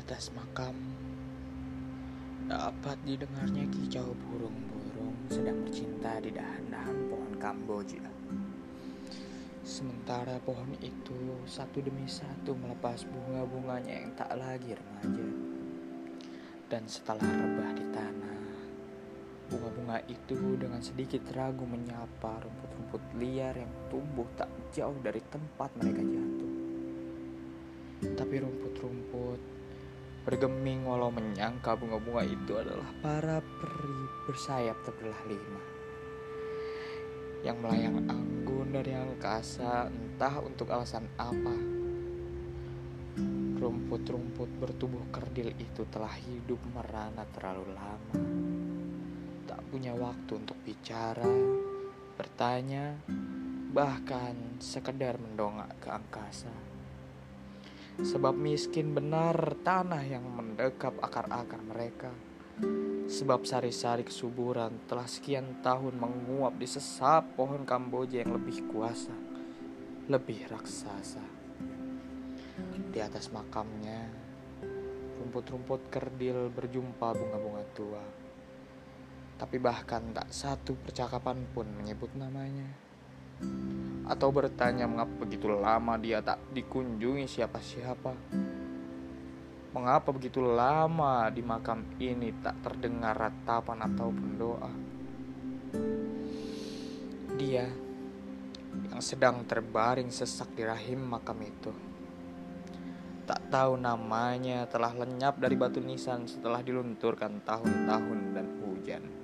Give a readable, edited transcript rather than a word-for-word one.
atas makam dapat didengarnya kicau burung-burung sedang bercinta di dahan-dahan pohon Kamboja. Sementara pohon itu satu demi satu melepas bunga-bunganya yang tak lagi remaja. Dan setelah rebah di tanah, bunga-bunga itu dengan sedikit ragu menyapa rumput-rumput liar yang tumbuh tak jauh dari tempat mereka jatuh. Tapi rumput-rumput bergeming walau menyangka bunga-bunga itu adalah para peri bersayap terbelah 5 yang melayang anggun dari angkasa, entah untuk alasan apa. Rumput-rumput bertubuh kerdil itu telah hidup merana terlalu lama, tak punya waktu untuk bicara, bertanya, bahkan sekedar mendongak ke angkasa. Sebab miskin benar tanah yang mendekap akar-akar mereka. Sebab sari-sari kesuburan telah sekian tahun menguap di sesap pohon Kamboja yang lebih kuasa, lebih raksasa. Di atas makamnya, rumput-rumput kerdil berjumpa bunga-bunga tua. Tapi bahkan tak satu percakapan pun menyebut namanya. Atau bertanya mengapa begitu lama dia tak dikunjungi siapa-siapa. Mengapa begitu lama di makam ini tak terdengar ratapan ataupun doa. Dia yang sedang terbaring sesak di rahim makam itu, tak tahu namanya telah lenyap dari batu nisan setelah dilunturkan tahun-tahun dan hujan.